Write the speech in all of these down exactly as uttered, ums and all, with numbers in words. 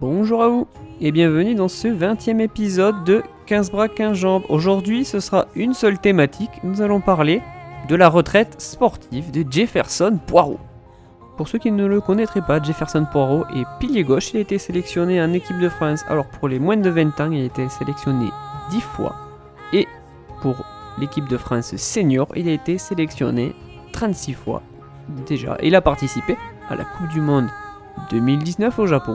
Bonjour à vous et bienvenue dans ce vingtième épisode de quinze bras quinze jambes. Aujourd'hui ce sera une seule thématique, nous allons parler de la retraite sportive de Jefferson Poirot. Pour ceux qui ne le connaîtraient pas, Jefferson Poirot est pilier gauche, il a été sélectionné en équipe de France. Alors pour les moins de vingt ans, il a été sélectionné dix fois et pour l'équipe de France senior, il a été sélectionné trente-six fois déjà. Et il a participé à la Coupe du Monde deux mille dix-neuf au Japon.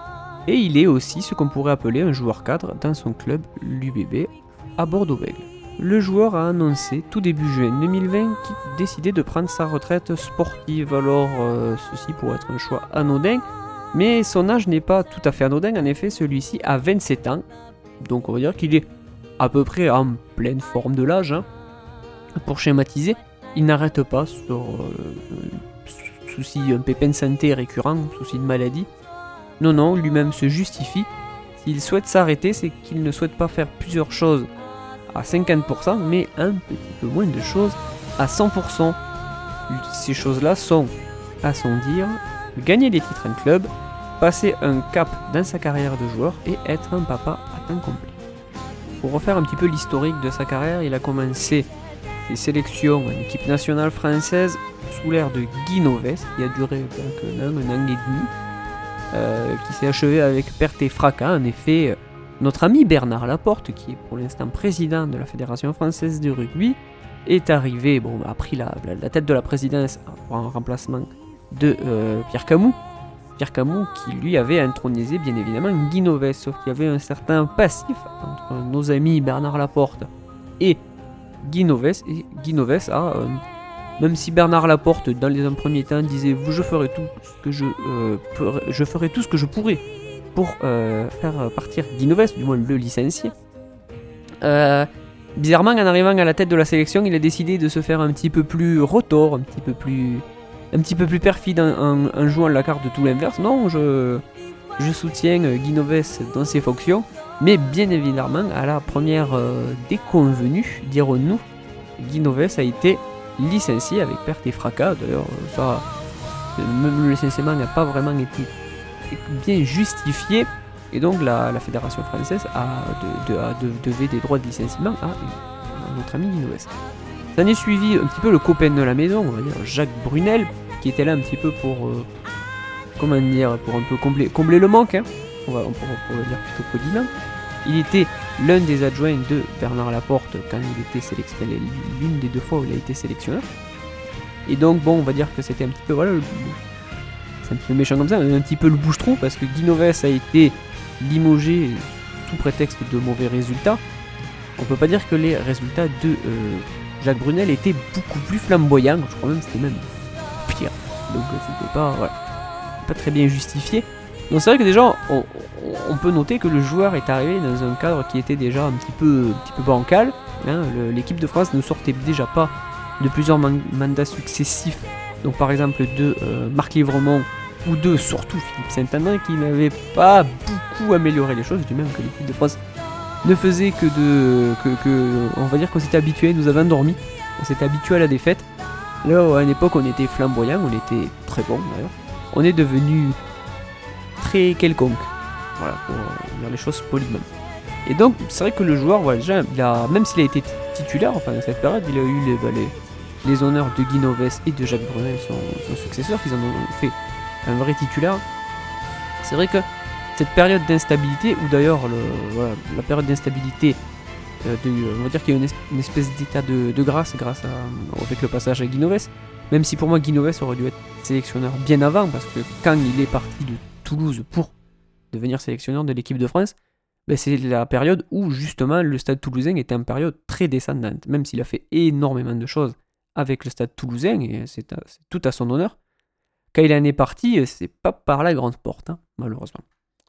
Et il est aussi ce qu'on pourrait appeler un joueur cadre dans son club, l'U B B, à Bordeaux-Bègles. Le joueur a annoncé tout début juin deux mille vingt qu'il décidait de prendre sa retraite sportive. Alors euh, ceci pourrait être un choix anodin, mais son âge n'est pas tout à fait anodin. En effet, celui-ci a vingt-sept ans, donc on va dire qu'il est à peu près en pleine forme de l'âge. Hein. Pour schématiser, il n'arrête pas sur euh, souci, un pépin de santé récurrent, souci de maladie. Non, non, lui-même se justifie. S'il souhaite s'arrêter, c'est qu'il ne souhaite pas faire plusieurs choses à cinquante pour cent, mais un petit peu moins de choses à cent pour cent. Ces choses-là sont, à son dire, gagner des titres en club, passer un cap dans sa carrière de joueur et être un papa à temps complet. Pour refaire un petit peu l'historique de sa carrière, il a commencé ses sélections en équipe nationale française sous l'ère de Guy Novès, qui a duré donc un an, un an et demi. Euh, qui s'est achevé avec perte et fracas. En effet, notre ami Bernard Laporte, qui est pour l'instant président de la Fédération française de rugby, est arrivé, bon, a pris la, la, la tête de la présidence en remplacement de euh, Pierre Camus. Pierre Camus qui lui avait intronisé bien évidemment Guy Novès, sauf qu'il y avait un certain passif entre nos amis Bernard Laporte et Guy Novès. Et Guy Novès a... Euh, Même si Bernard Laporte, dans les un premier temps, disait « je ferai tout ce que je, euh, pourrai, je ferai tout ce que je pourrai pour euh, faire partir Guy Novès, du moins le licencier. Euh, » Bizarrement, en arrivant à la tête de la sélection, il a décidé de se faire un petit peu plus retors, un petit peu plus, un petit peu plus perfide en, en, en jouant la carte de tout l'inverse. Non, je, je soutiens Guy Novès dans ses fonctions, mais bien évidemment, à la première euh, déconvenue, dirons-nous, Guy Novès a été licencié avec perte et fracas. D'ailleurs, ça, même le licenciement n'a pas vraiment été bien justifié, et donc la, la fédération française a de, de, a de, devait des droits de licenciement à, à notre ami Guy Novès. Ça en est suivi un petit peu le copain de la maison, on va dire Jacques Brunel, qui était là un petit peu pour euh, comment dire, pour un peu combler, combler le manque, hein. on va on pourrait, on pourrait dire plutôt poliment. Il était l'un des adjoints de Bernard Laporte quand il était sélectionné, l'une des deux fois où il a été sélectionneur. Et donc, bon, on va dire que c'était un petit peu, voilà, le, c'est un petit peu méchant comme ça, mais un petit peu le bouche-trou, parce que Guy Novès a été limogé sous prétexte de mauvais résultats. On peut pas dire que les résultats de euh, Jacques Brunel étaient beaucoup plus flamboyants, je crois même que c'était même pire. Donc, c'était pas, voilà, pas très bien justifié. Donc c'est vrai que déjà, on, on peut noter que le joueur est arrivé dans un cadre qui était déjà un petit peu, un petit peu bancal. Hein. Le, l'équipe de France ne sortait déjà pas de plusieurs man- mandats successifs. Donc par exemple de euh, Marc Livremont ou de surtout Philippe Saint-André qui n'avait pas beaucoup amélioré les choses. Je dis même que l'équipe de France ne faisait que de... Que, que, on va dire qu'on s'était habitué, nous avait endormis. On s'était habitué à la défaite. Là, à une époque, on était flamboyant, on était très bon d'ailleurs. On est devenu très quelconque, voilà, pour dire les choses poliment. Et donc, c'est vrai que le joueur, voilà, déjà, il a, même s'il a été titulaire pendant cette période, il a eu les, bah, les, les honneurs de Guy Novès et de Jacques Brunel, son, son successeur, qu'ils en ont fait un vrai titulaire. C'est vrai que cette période d'instabilité, ou d'ailleurs le, voilà, la période d'instabilité, euh, de, on va dire qu'il y a une, une espèce d'état de, de grâce, grâce à, avec le passage à Guy Novès, même si pour moi Guy Novès aurait dû être sélectionneur bien avant, parce que quand il est parti de Toulouse pour devenir sélectionneur de l'équipe de France, ben c'est la période où justement le stade toulousain était en période très descendante, même s'il a fait énormément de choses avec le stade toulousain, et c'est, à, c'est tout à son honneur. Quand il en est parti, c'est pas par la grande porte, hein, malheureusement.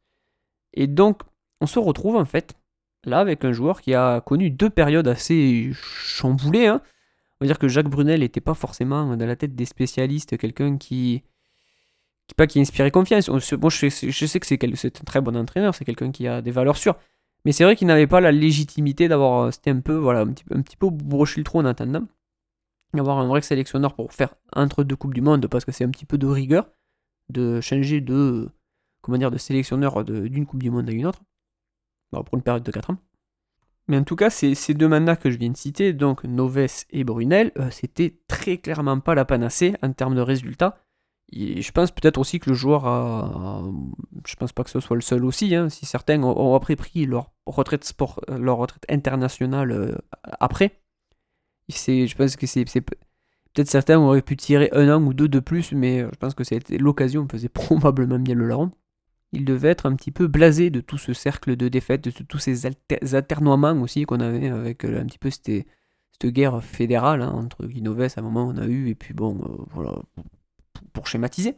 Et donc, on se retrouve en fait là avec un joueur qui a connu deux périodes assez chamboulées. Hein. On va dire que Jacques Brunel n'était pas forcément dans la tête des spécialistes, quelqu'un qui qui pas qui inspirait confiance. Bon, je, sais, je sais que c'est, c'est un très bon entraîneur, c'est quelqu'un qui a des valeurs sûres, mais c'est vrai qu'il n'avait pas la légitimité d'avoir, c'était un peu, voilà, un petit, un petit peu brocher le trou en attendant, d'avoir un vrai sélectionneur pour faire entre deux Coupes du Monde, parce que c'est un petit peu de rigueur, de changer de, comment dire, de sélectionneur de, d'une Coupe du Monde à une autre, bon, pour une période de quatre ans. Mais en tout cas, ces, ces deux mandats que je viens de citer, donc Noves et Brunel, euh, c'était très clairement pas la panacée en termes de résultats. Et je pense peut-être aussi que le joueur a, a- je pense pas que ce soit le seul aussi, hein, si certains ont, ont après pris leur retraite sport, euh, leur retraite internationale euh, après. C'est, je pense que c'est, c'est pe- peut-être certains auraient pu tirer un an ou deux de plus, mais euh, je pense que c'était l'occasion faisait probablement bien le larron. Il devait être un petit peu blasé de tout ce cercle de défaites, de tous ces alter- aternoiements aussi qu'on avait avec euh, un petit peu cette, cette guerre fédérale hein, entre Guinoves à un moment on a eu, et puis bon, euh, voilà, pour, pour schématiser.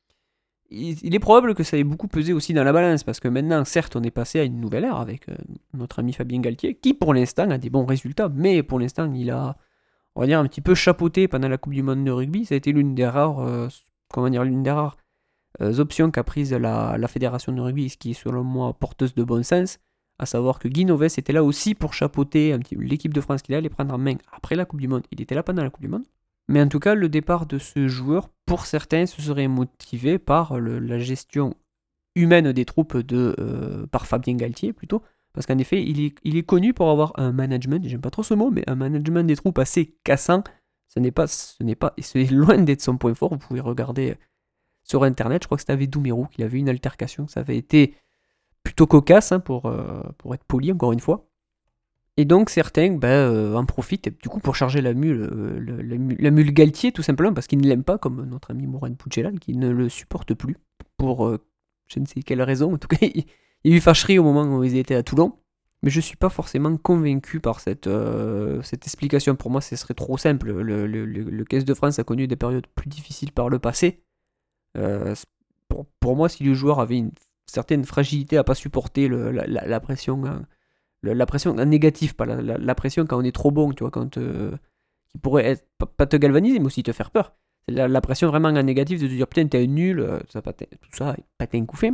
Il, il est probable que ça ait beaucoup pesé aussi dans la balance, parce que maintenant, certes, on est passé à une nouvelle ère avec euh, notre ami Fabien Galtier, qui pour l'instant a des bons résultats, mais pour l'instant, il a, on va dire, un petit peu chapeauté pendant la Coupe du Monde de rugby. Ça a été l'une des rares, euh, comment dire, l'une des rares euh, options qu'a prise la, la fédération de rugby, ce qui est selon moi porteuse de bon sens, à savoir que Guy Noves était là aussi pour chapeauter un petit, l'équipe de France qu'il allait prendre en main après la Coupe du Monde. Il était là pendant la Coupe du Monde. Mais en tout cas, le départ de ce joueur, pour certains, se serait motivé par le- la gestion humaine des troupes de, euh, par Fabien Galtier plutôt. Parce qu'en effet, il est, il est connu pour avoir un management, j'aime pas trop ce mot, mais un management des troupes assez cassant. Ce n'est pas, ce n'est pas, c'est loin d'être son point fort. Vous pouvez regarder sur internet, je crois que c'était avec Doumerou qu'il avait eu une altercation. Ça avait été plutôt cocasse, hein, pour, euh, pour être poli encore une fois. Et donc certains ben, euh, en profitent du coup pour charger la mule, euh, le- la, mule la mule Galtier tout simplement parce qu'ils ne l'aiment pas, comme notre ami Mourad Boudjelal qui ne le supporte plus pour euh, je ne sais quelle raison. En tout cas, il il y a eu fâcherie au moment où ils étaient à Toulon. Mais je ne suis pas forcément convaincu par cette, euh, cette explication. Pour moi, ce serait trop simple. Le, le, le, le quinze de France a connu des périodes plus difficiles par le passé. Euh, pour, pour moi, si le joueur avait une certaine fragilité à pas supporter le- la, la- la pression, hein, le- la pression négative, pas la, la- la pression quand on est trop bon, tu vois, quand euh, qui pourrait être pas, pas te galvaniser, mais aussi te faire peur. C'est la, la pression vraiment en négatif de te dire putain t'es un nul, euh, ça patin- tout ça, patin couffé.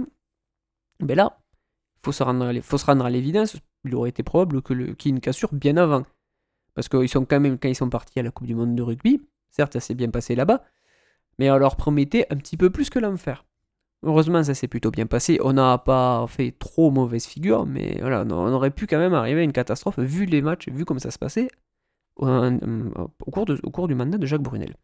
Mais là, faut se rendre, à l'é- faut se rendre à l'évidence. Il aurait été probable que le, qu'il y ait une cassure bien avant, parce qu'ils sont quand même quand ils sont partis à la Coupe du Monde de rugby. Certes, ça s'est bien passé là-bas, mais on leur promettait un petit peu plus que l'enfer. Heureusement, ça s'est plutôt bien passé. On n'a pas fait trop mauvaise figure, mais voilà, on aurait pu quand même arriver à une catastrophe vu les matchs, vu comme ça se passait au, au cours, de- au cours du mandat de Jacques Brunel.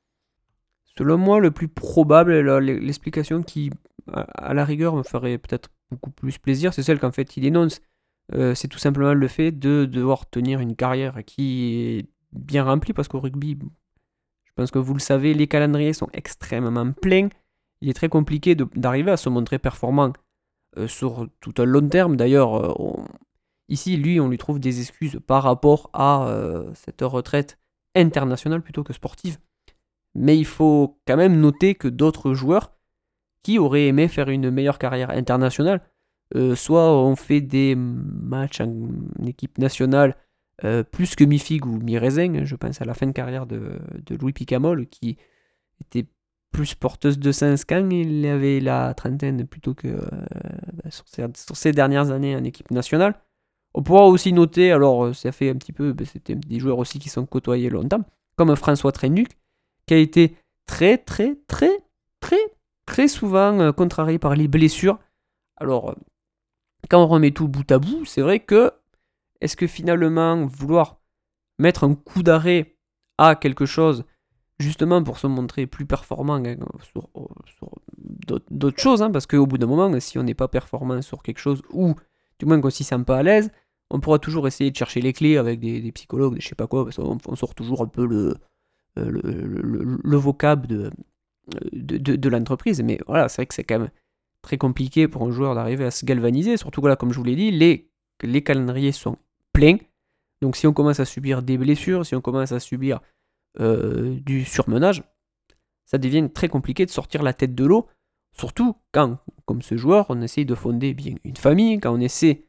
Selon moi, le plus probable, la- l'explication qui, à à la rigueur, me ferait peut-être beaucoup plus plaisir, c'est celle qu'en fait il énonce. Euh, c'est tout simplement le fait de devoir tenir une carrière qui est bien remplie, parce qu'au rugby, je pense que vous le savez, les calendriers sont extrêmement pleins. Il est très compliqué de- d'arriver à se montrer performant euh, sur tout un long terme. D'ailleurs, euh, on- ici, lui, on lui trouve des excuses par rapport à euh, cette retraite internationale plutôt que sportive. Mais il faut quand même noter que d'autres joueurs qui auraient aimé faire une meilleure carrière internationale, euh, soit ont fait des matchs en équipe nationale euh, plus que mi-figue ou mi-raisin. Je pense à la fin de carrière de, de Louis Picamol, qui était plus porteuse de sens quand il avait la trentaine plutôt que euh, bah, sur, ses, sur ses dernières années en équipe nationale. On pourra aussi noter, alors euh, ça fait un petit peu, bah, c'était des joueurs aussi qui sont côtoyés longtemps, comme François Trénuc, qui a été très très très très très souvent euh, contrarié par les blessures. Alors, euh, quand on remet tout bout à bout, c'est vrai que est-ce que finalement vouloir mettre un coup d'arrêt à quelque chose justement pour se montrer plus performant hein, sur, sur d'autres, d'autres choses, hein, parce qu'au bout d'un moment, si on n'est pas performant sur quelque chose, ou du moins qu'on s'y sent pas à l'aise, on pourra toujours essayer de chercher les clés avec des, des psychologues, des je sais pas quoi, parce qu'on on sort toujours un peu le, le, le, le, le vocable de, de, de, de l'entreprise, mais voilà, c'est vrai que c'est quand même très compliqué pour un joueur d'arriver à se galvaniser, surtout que là, comme je vous l'ai dit, les, les calendriers sont pleins, donc si on commence à subir des blessures, si on commence à subir euh, du surmenage, ça devient très compliqué de sortir la tête de l'eau, surtout quand, comme ce joueur, on essaye de fonder bien une famille, quand on essaie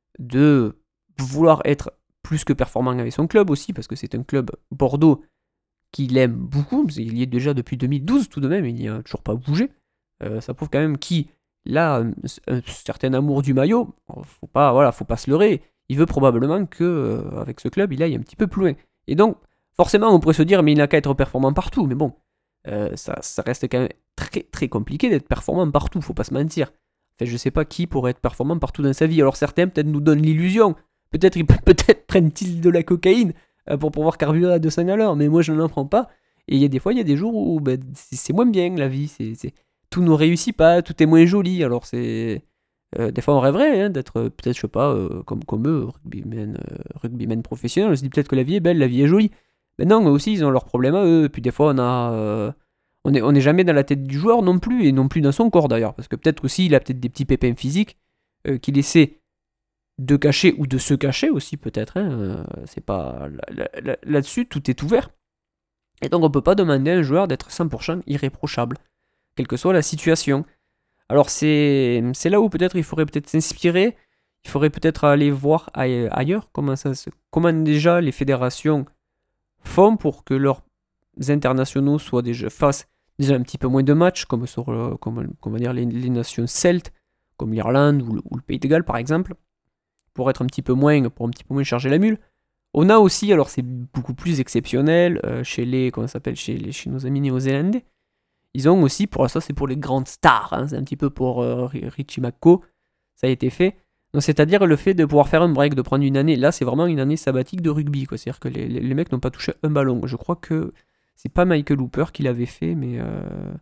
de vouloir être plus que performant avec son club aussi, parce que c'est un club Bordeaux qu'il aime beaucoup, il y est déjà depuis deux mille douze tout de même, il n'y a toujours pas bougé. Euh, ça prouve quand même qu'il a un, un certain amour du maillot, faut pas, voilà, faut pas se leurrer, il veut probablement que euh, avec ce club il aille un petit peu plus loin. Et donc, forcément, on pourrait se dire, mais il n'a qu'à être performant partout, mais bon, euh, ça, ça reste quand même très très compliqué d'être performant partout, faut pas se mentir. Enfin, je sais pas qui pourrait être performant partout dans sa vie. Alors certains peut-être nous donnent l'illusion. Peut-être ils- peut-être prennent-ils de la cocaïne euh, pour pouvoir carburer à deux cents à l'heure. Mais moi je n'en prends pas. Et il y a des fois, il y a des jours où ben, c'est c'est moins bien la vie. C'est, c'est- Tout ne réussit pas, tout est moins joli. Alors c'est... euh, des fois on rêverait hein, d'être euh, peut-être, je sais pas, euh, comme, comme eux, rugbymen, euh, rugbymen professionnels. On se dit peut-être que la vie est belle, la vie est jolie. Mais non, eux aussi ils ont leurs problèmes à eux. Et puis des fois on a... euh, on n'est on est jamais dans la tête du joueur non plus, et non plus dans son corps d'ailleurs. Parce que peut-être aussi il a peut-être des petits pépins physiques euh, qu'il essaie de cacher ou de se cacher aussi peut-être. Hein, euh, c'est pas là- là- là- là-dessus tout est ouvert. Et donc on peut pas demander à un joueur d'être cent pour cent irréprochable, quelle que soit la situation. Alors c'est c'est là où peut-être il faudrait peut-être s'inspirer, il faudrait peut-être aller voir aille- ailleurs comment ça se, comment déjà les fédérations font pour que leurs internationaux soient déjà fassent déjà un petit peu moins de matchs, comme sur euh, comme, comment dire, les, les nations celtes, comme l'Irlande ou le, ou le Pays de Galles par exemple, pour être un petit peu moins, pour un petit peu moins charger la mule. On a aussi, alors c'est beaucoup plus exceptionnel, euh, chez les, comment ça s'appelle, chez, les, chez nos amis néo-zélandais. Ils ont aussi, pour ça c'est pour les grandes stars, hein, c'est un petit peu pour euh, Richie McCaw, ça a été fait. Donc c'est-à-dire le fait de pouvoir faire un break, de prendre une année, là c'est vraiment une année sabbatique de rugby, quoi. C'est-à-dire que les, les- les mecs n'ont pas touché un ballon. Je crois que c'est pas Michael Hooper qui l'avait fait, mais euh,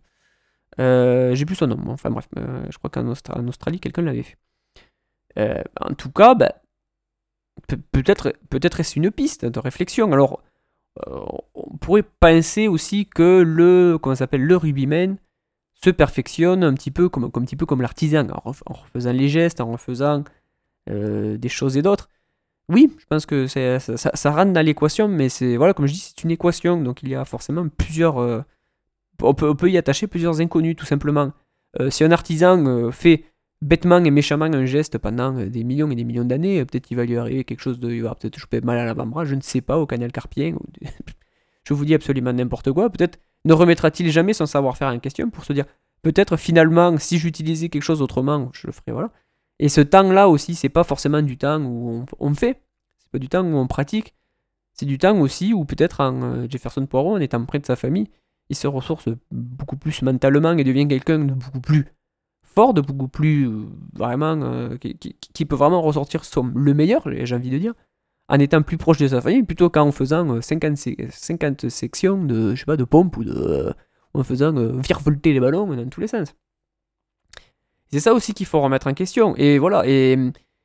euh, j'ai plus son nom. Enfin bref, euh, je crois qu'en Austra- en Australie quelqu'un l'avait fait. Euh, en tout cas, bah, Pe- peut-être peut-être est-ce une piste de réflexion. Alors, euh, on pourrait penser aussi que le comment ça s'appelle le rugbyman se perfectionne un petit peu comme, comme un petit peu comme l'artisan, en, ref- en refaisant les gestes, en refaisant euh, des choses et d'autres. Oui, je pense que c'est- ça, ça- ça rentre dans l'équation, mais c'est voilà, comme je dis, c'est une équation, donc il y a forcément plusieurs. euh, on peut, on peut y attacher plusieurs inconnus, tout simplement. Euh, si un artisan euh, fait bêtement et méchamment un geste pendant euh, des millions et des millions d'années, euh, peut-être qu'il va lui arriver quelque chose de. Il va peut-être choper mal à l'avant-bras, je ne sais pas, au canal carpien. Ou de- je vous dis absolument n'importe quoi. Peut-être ne remettra-t-il jamais son savoir-faire en question pour se dire peut-être finalement, si j'utilisais quelque chose autrement, je le ferais, voilà. Et ce temps-là aussi, c'est pas forcément du temps où on, on fait, c'est pas du temps où on pratique, c'est du temps aussi où peut-être en euh, Jefferson Poirot, en étant près de sa famille, il se ressource beaucoup plus mentalement et devient quelqu'un de beaucoup plus fort, de beaucoup plus euh, vraiment euh, qui, qui- qui peut vraiment ressortir son, le meilleur, j'ai envie de dire, en étant plus proche de sa famille plutôt qu'en faisant euh, cinquante, sé- cinquante sections de je sais pas de pompe ou de euh, en faisant euh, virevolter les ballons dans tous les sens. C'est ça aussi qu'il faut remettre en question. Et voilà. Et,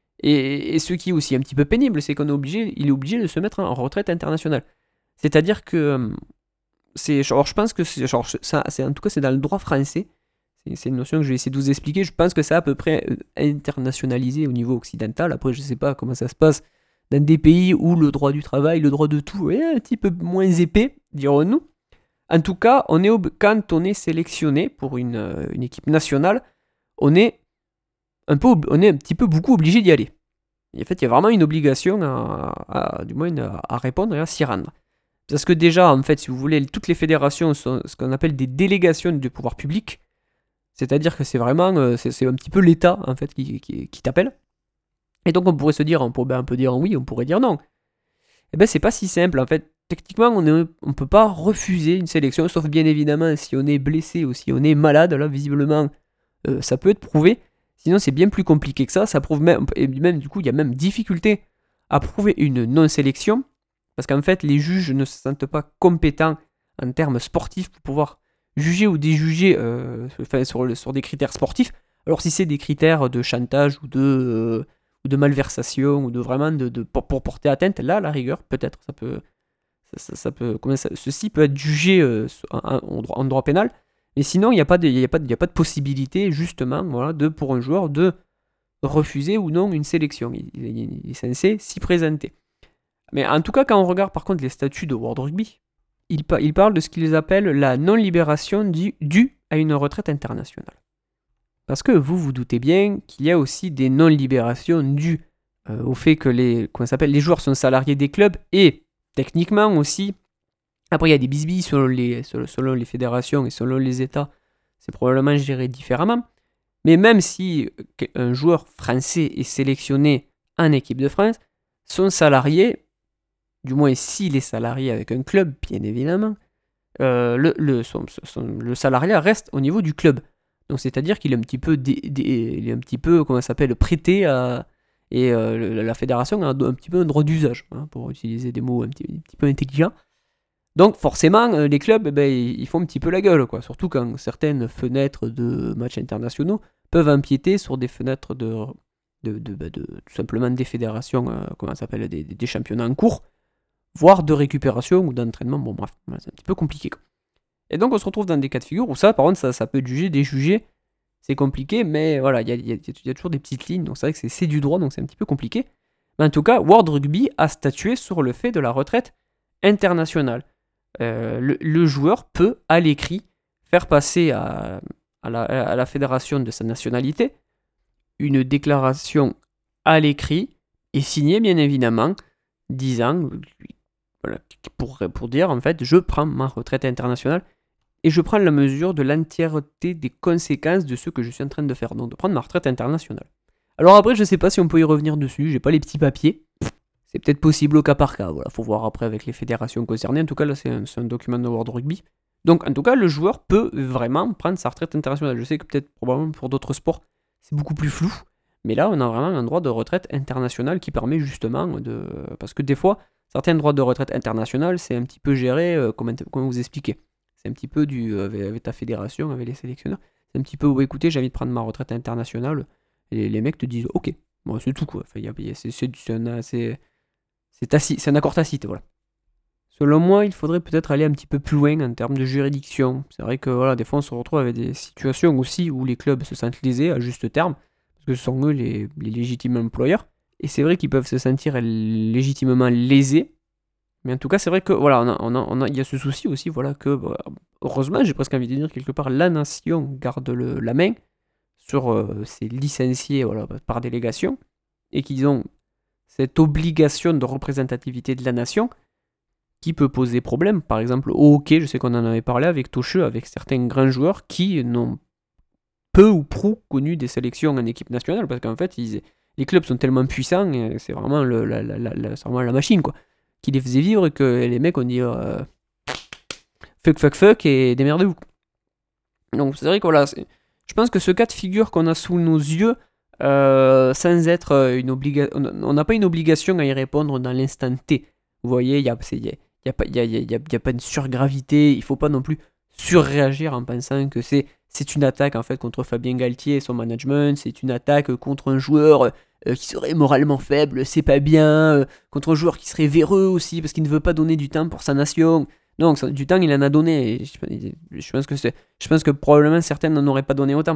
et, et ce qui est aussi un petit peu pénible, c'est qu'on est obligé, il est obligé de se mettre en retraite internationale. C'est-à-dire que euh, c'est, genre, je pense que c'est, genre, ça, c'est en tout cas c'est dans le droit français. C'est, c'est une notion que je vais essayer de vous expliquer. Je pense que c'est à peu près euh, internationalisé au niveau occidental. Après, je sais pas comment ça se passe dans des pays où le droit du travail, le droit de tout est un petit peu moins épais, dirons-nous. En tout cas, on est ob- quand on est sélectionné pour une, euh, une équipe nationale, on est un peu, ob- on est un petit peu beaucoup obligé d'y aller. Et en fait, il y a vraiment une obligation à, à- du moins à, à répondre et à s'y rendre. Parce que déjà, en fait, si vous voulez, toutes les fédérations sont ce qu'on appelle des délégations de pouvoir public. C'est-à-dire que c'est vraiment, euh, c'est, c'est un petit peu l'État, en fait, qui, qui, qui t'appelle. Et donc, on pourrait se dire, on pourrait, ben, on peut dire oui, on pourrait dire non. Eh ben, c'est pas si simple, en fait. Techniquement, on ne on peut pas refuser une sélection, sauf bien évidemment si on est blessé ou si on est malade. Là, visiblement, euh, ça peut être prouvé. Sinon, c'est bien plus compliqué que ça. Ça prouve même, et même du coup, il y a même difficulté à prouver une non-sélection. Parce qu'en fait, les juges ne se sentent pas compétents en termes sportifs pour pouvoir juger ou déjuger euh, enfin, sur, le- sur des critères sportifs. Alors si c'est des critères de chantage ou de, euh, ou de malversation ou de vraiment de, de- pour, pour porter atteinte, là, à la rigueur, peut-être, ça peut, ça, ça- ça peut, comment ça- ceci peut être jugé euh, en, en droit, en droit pénal. Mais sinon, il n'y a, pas de- il y a, pas de- il y a pas de possibilité, justement, voilà, de, pour un joueur de refuser ou non une sélection. Il, il- il est censé s'y présenter. Mais en tout cas, quand on regarde par contre les statuts de World Rugby, ils, pa- ils parlent de ce qu'ils appellent la non-libération due due à une retraite internationale. Parce que vous vous doutez bien qu'il y a aussi des non-libérations dues euh, au fait que les, comment ça s'appelle, les joueurs sont salariés des clubs et techniquement aussi, après il y a des bisbilles selon les, selon selon les fédérations et selon les États, c'est probablement géré différemment. Mais même si euh, un joueur français est sélectionné en équipe de France, son salarié, du moins s'il est salarié avec un club, bien évidemment, euh, le, le, son- son- le salariat reste au niveau du club. Donc c'est-à-dire qu'il est un petit peu, dé, dé, il est un petit peu comment ça s'appelle, prêté à... Et euh, la fédération a un, un petit peu un droit d'usage, hein, pour utiliser des mots un petit, un petit peu intelligents. Donc forcément, euh, les clubs, eh ben, ils font un petit peu la gueule, quoi. Surtout quand certaines fenêtres de matchs internationaux peuvent empiéter sur des fenêtres de, de, de, de, de tout simplement des fédérations, euh, comment ça s'appelle, des, des championnats en cours, voire de récupération ou d'entraînement. Bon bref, c'est un petit peu compliqué, quoi. Et donc on se retrouve dans des cas de figure où ça, par contre, ça, ça peut être jugé, déjugé. C'est compliqué, mais voilà, il y a, y, a, y a toujours des petites lignes, donc c'est vrai que c'est, c'est du droit, donc c'est un petit peu compliqué. Mais en tout cas, World Rugby a statué sur le fait de la retraite internationale. Euh, le, le joueur peut, à l'écrit, faire passer à, à, la, à la fédération de sa nationalité une déclaration à l'écrit et signée, bien évidemment, disant, voilà, pour, pour dire, en fait, je prends ma retraite internationale et je prends la mesure de l'entièreté des conséquences de ce que je suis en train de faire, donc de prendre ma retraite internationale. Alors après, je sais pas si on peut y revenir dessus, j'ai pas les petits papiers. C'est peut-être possible au cas par cas, voilà, faut voir après avec les fédérations concernées. En tout cas, là, c'est un, c'est un document de World Rugby. Donc, en tout cas, le joueur peut vraiment prendre sa retraite internationale. Je sais que peut-être, probablement pour d'autres sports, c'est beaucoup plus flou. Mais là, on a vraiment un droit de retraite international qui permet justement de... Parce que des fois, certains droits de retraite internationale, c'est un petit peu géré, euh, comment, comment vous expliquer. C'est un petit peu du, euh, avec, avec ta fédération, avec les sélectionneurs. C'est un petit peu, oh, écoutez, j'ai envie de prendre ma retraite internationale. Et les mecs te disent, ok, bon, c'est tout, quoi. Enfin, y a, y a, c'est, c'est, c'est, un, c'est, c'est, tacite, c'est un accord tacite, voilà. Selon moi, il faudrait peut-être aller un petit peu plus loin en termes de juridiction. C'est vrai que voilà, des fois, on se retrouve avec des situations aussi où les clubs se sentent lésés, à juste terme, parce que ce sont eux les, les légitimes employeurs. Et c'est vrai qu'ils peuvent se sentir légitimement lésés. Mais en tout cas, c'est vrai que voilà, on a, on a, on a, il y a ce souci aussi, voilà, que bah, heureusement, j'ai presque envie de dire quelque part, la nation garde le, la main sur euh, ces licenciés, voilà, par délégation, et qu'ils ont cette obligation de représentativité de la nation qui peut poser problème. Par exemple, au hockey, je sais qu'on en avait parlé avec Tocheux, avec certains grands joueurs qui n'ont peu ou prou connu des sélections en équipe nationale, parce qu'en fait, ils, les clubs sont tellement puissants, et c'est vraiment, le, la, la, la, c'est vraiment la machine, quoi, qui les faisait vivre, et que les mecs ont dit euh, fuck, fuck, fuck, et démerdez-vous. Donc c'est vrai que voilà, c'est, je pense que ce cas de figure qu'on a sous nos yeux, euh, sans être une obligation, on n'a pas une obligation à y répondre dans l'instant T. Vous voyez, il n'y a, y a, y a, pas, y a, y a, y a pas une surgravité, il ne faut pas non plus surréagir en pensant que c'est, c'est une attaque en fait contre Fabien Galtier et son management, c'est une attaque contre un joueur euh, qui serait moralement faible, c'est pas bien, euh, contre un joueur qui serait véreux aussi parce qu'il ne veut pas donner du temps pour sa nation. Non, du temps il en a donné, et je, je, pense que c'est, je pense que probablement certains n'en auraient pas donné autant.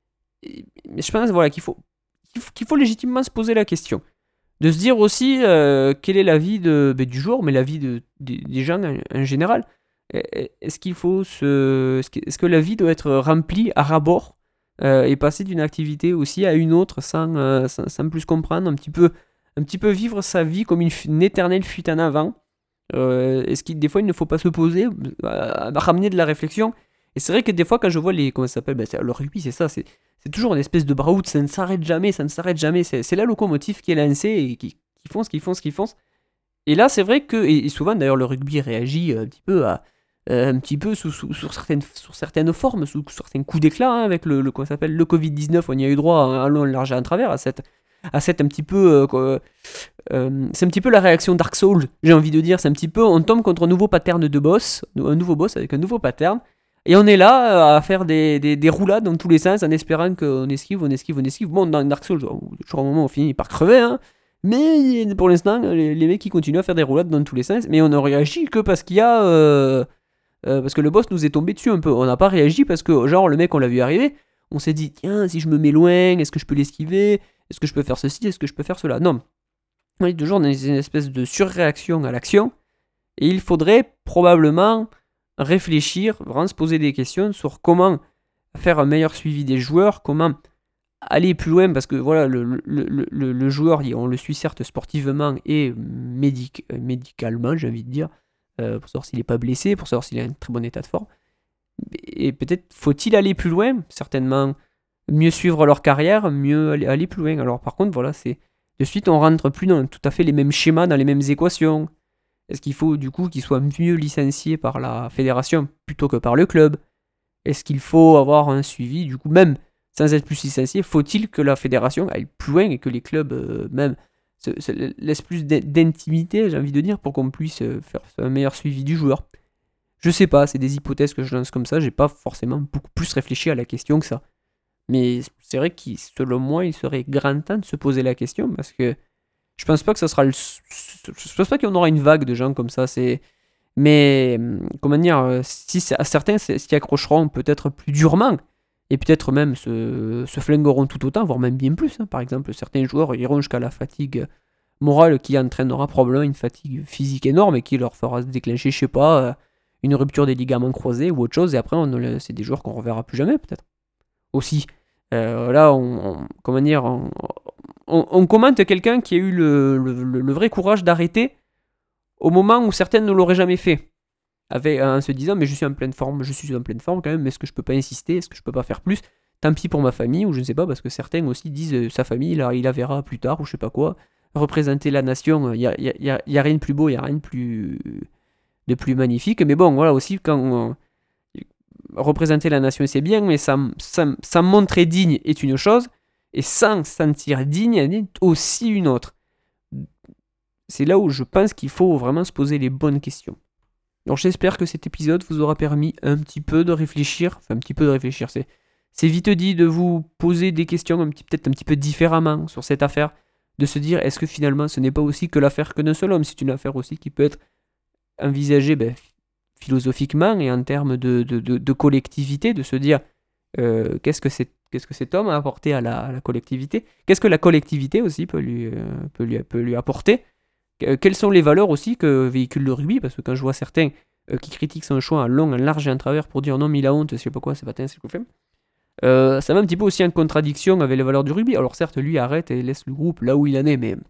Mais je pense voilà, qu'il, faut, qu'il, faut, qu'il faut légitimement se poser la question. De se dire aussi euh, quelle est la vie de, bah, du joueur, mais la vie de, de, des gens en, en général. Est-ce qu'il faut se, est-ce que la vie doit être remplie à ras-bord euh, et passer d'une activité aussi à une autre sans, euh, sans, sans plus comprendre, un petit peu, un petit peu vivre sa vie comme une, une éternelle fuite en avant. Euh, est-ce qu'il des fois il ne faut pas se poser, à, à ramener de la réflexion. Et c'est vrai que des fois quand je vois les, comment ça s'appelle, bah, le rugby c'est ça, c'est, c'est toujours une espèce de bras-out, ça ne s'arrête jamais, ça ne s'arrête jamais, c'est, c'est la locomotive qui est lancée et qui, qui fonce, qui fonce, qui fonce. Et là c'est vrai que, et, et souvent d'ailleurs le rugby réagit un petit peu à, euh, un petit peu sous, sous, sur, certaines, sur certaines formes, sous, sur certains coups d'éclat, hein, avec le, le, comment ça s'appelle, le covid dix-neuf, on y a eu droit à un long, large et à travers, à cette, à cette un petit peu, euh, euh, c'est un petit peu la réaction Dark Souls, j'ai envie de dire, c'est un petit peu, on tombe contre un nouveau pattern de boss, un nouveau boss avec un nouveau pattern, et on est là à faire des, des, des roulades dans tous les sens en espérant qu'on esquive, on esquive, on esquive. Bon, dans Dark Souls, toujours un moment on finit par crever, hein. Mais pour l'instant, les, les mecs qui continuent à faire des roulades dans tous les sens, mais on ne réagit que parce qu'il y a... Euh, euh, parce que le boss nous est tombé dessus un peu. On n'a pas réagi parce que, genre, le mec, on l'a vu arriver, on s'est dit, tiens, si je me mets loin, est-ce que je peux l'esquiver? Est-ce que je peux faire ceci? Est-ce que je peux faire cela? Non. On est toujours dans une espèce de surréaction à l'action, et il faudrait probablement réfléchir, vraiment se poser des questions sur comment faire un meilleur suivi des joueurs, comment aller plus loin, parce que voilà, le, le, le, le, le joueur, on le suit certes sportivement et médic, médicalement, j'ai envie de dire, euh, pour savoir s'il n'est pas blessé, pour savoir s'il a un très bon état de forme. Et peut-être faut-il aller plus loin, certainement mieux suivre leur carrière, mieux aller, aller plus loin. Alors par contre, voilà, c'est de suite on rentre plus dans tout à fait les mêmes schémas, dans les mêmes équations. Est-ce qu'il faut du coup qu'il soit mieux licencié par la fédération plutôt que par le club? est-ce qu'il faut avoir un suivi, du coup, même sans être plus licencié, faut-il que la fédération aille plus loin et que les clubs, euh, même, se, se laissent plus d'intimité, j'ai envie de dire, pour qu'on puisse euh, faire un meilleur suivi du joueur. Je sais pas, c'est des hypothèses que je lance comme ça, j'ai pas forcément beaucoup plus réfléchi à la question que ça. Mais c'est vrai que selon moi, il serait grand temps de se poser la question parce que je pense pas que ça sera le. Je pense pas qu'on aura une vague de gens comme ça. C'est. Mais comment dire, si à certains s'y accrocheront peut-être plus durement et peut-être même se, se flingueront tout autant, voire même bien plus. Hein. Par exemple, certains joueurs iront jusqu'à la fatigue morale qui entraînera probablement une fatigue physique énorme et qui leur fera se déclencher, je sais pas, une rupture des ligaments croisés ou autre chose. Et après, on, c'est des joueurs qu'on reverra plus jamais peut-être. Aussi. Euh, là, on, on, comment dire, on, on, on commente quelqu'un qui a eu le, le, le vrai courage d'arrêter au moment où certains ne l'auraient jamais fait. Avec, en se disant, mais je suis en pleine forme, je suis en pleine forme quand même, est-ce que je peux pas insister, est-ce que je peux pas faire plus? Tant pis pour ma famille, ou je ne sais pas, parce que certains aussi disent, euh, sa famille, là, il la verra plus tard, ou je sais pas quoi. Représenter la nation, il n'y a, y a, y a, y a rien de plus beau, il n'y a rien de plus, de plus magnifique. Mais bon, voilà, aussi, quand... Euh, représenter la nation, c'est bien, mais s'en montrer digne est une chose, et s'en sentir digne est aussi une autre. C'est là où je pense qu'il faut vraiment se poser les bonnes questions. Donc j'espère que cet épisode vous aura permis un petit peu de réfléchir, enfin un petit peu de réfléchir, c'est, c'est vite dit de vous poser des questions un petit, peut-être un petit peu différemment sur cette affaire, de se dire est-ce que finalement ce n'est pas aussi que l'affaire que d'un seul homme, c'est une affaire aussi qui peut être envisagée ben, philosophiquement et en termes de, de, de, de collectivité, de se dire euh, qu'est-ce, que c'est, qu'est-ce que cet homme a apporté à la, à la collectivité, qu'est-ce que la collectivité aussi peut lui, euh, peut lui, peut lui apporter, euh, quelles sont les valeurs aussi que véhicule le rugby, parce que quand je vois certains euh, qui critiquent son choix en long, en large et en travers pour dire non mais il a honte, je sais pas quoi, c'est pas tain, c'est quoi fait. Euh, ça va un petit peu aussi en contradiction avec les valeurs du rugby. Alors certes, lui arrête et laisse le groupe là où il en est, mais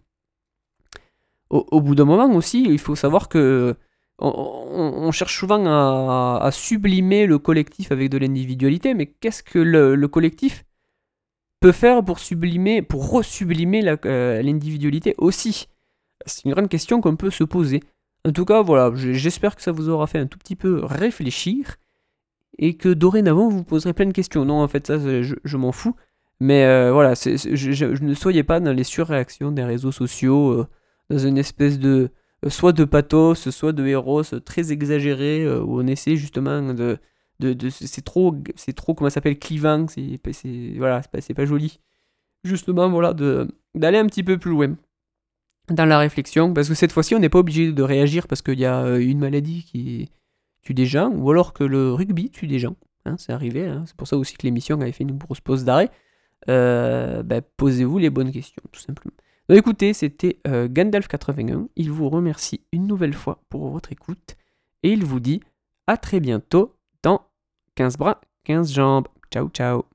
au, au bout d'un moment aussi, il faut savoir que on, on, on cherche souvent à, à sublimer le collectif avec de l'individualité, mais qu'est-ce que le, le collectif peut faire pour sublimer, pour resublimer la, euh, l'individualité aussi? C'est une grande question qu'on peut se poser. En tout cas, voilà, j'espère que ça vous aura fait un tout petit peu réfléchir et que dorénavant vous poserez plein de questions. Non, en fait, ça, je, je m'en fous. Mais euh, voilà, c'est, c'est, je, je, je ne soyez pas dans les surréactions des réseaux sociaux, euh, dans une espèce de euh, soit de pathos, soit de héros très exagéré, euh, où on essaie justement de, de, de c'est trop, c'est trop comment ça s'appelle clivant, c'est, c'est voilà, c'est pas, c'est pas joli. Justement, voilà, de d'aller un petit peu plus loin dans la réflexion, parce que cette fois-ci, on n'est pas obligé de réagir parce qu'il y a une maladie qui tue des gens, ou alors que le rugby tue des gens. Hein, c'est arrivé, hein. C'est pour ça aussi que l'émission avait fait une grosse pause d'arrêt. Euh, bah, posez-vous les bonnes questions, tout simplement. Donc écoutez, c'était euh, Gandalf quatre-vingt-un. Il vous remercie une nouvelle fois pour votre écoute, et il vous dit à très bientôt dans quinze bras, quinze jambes. Ciao, ciao.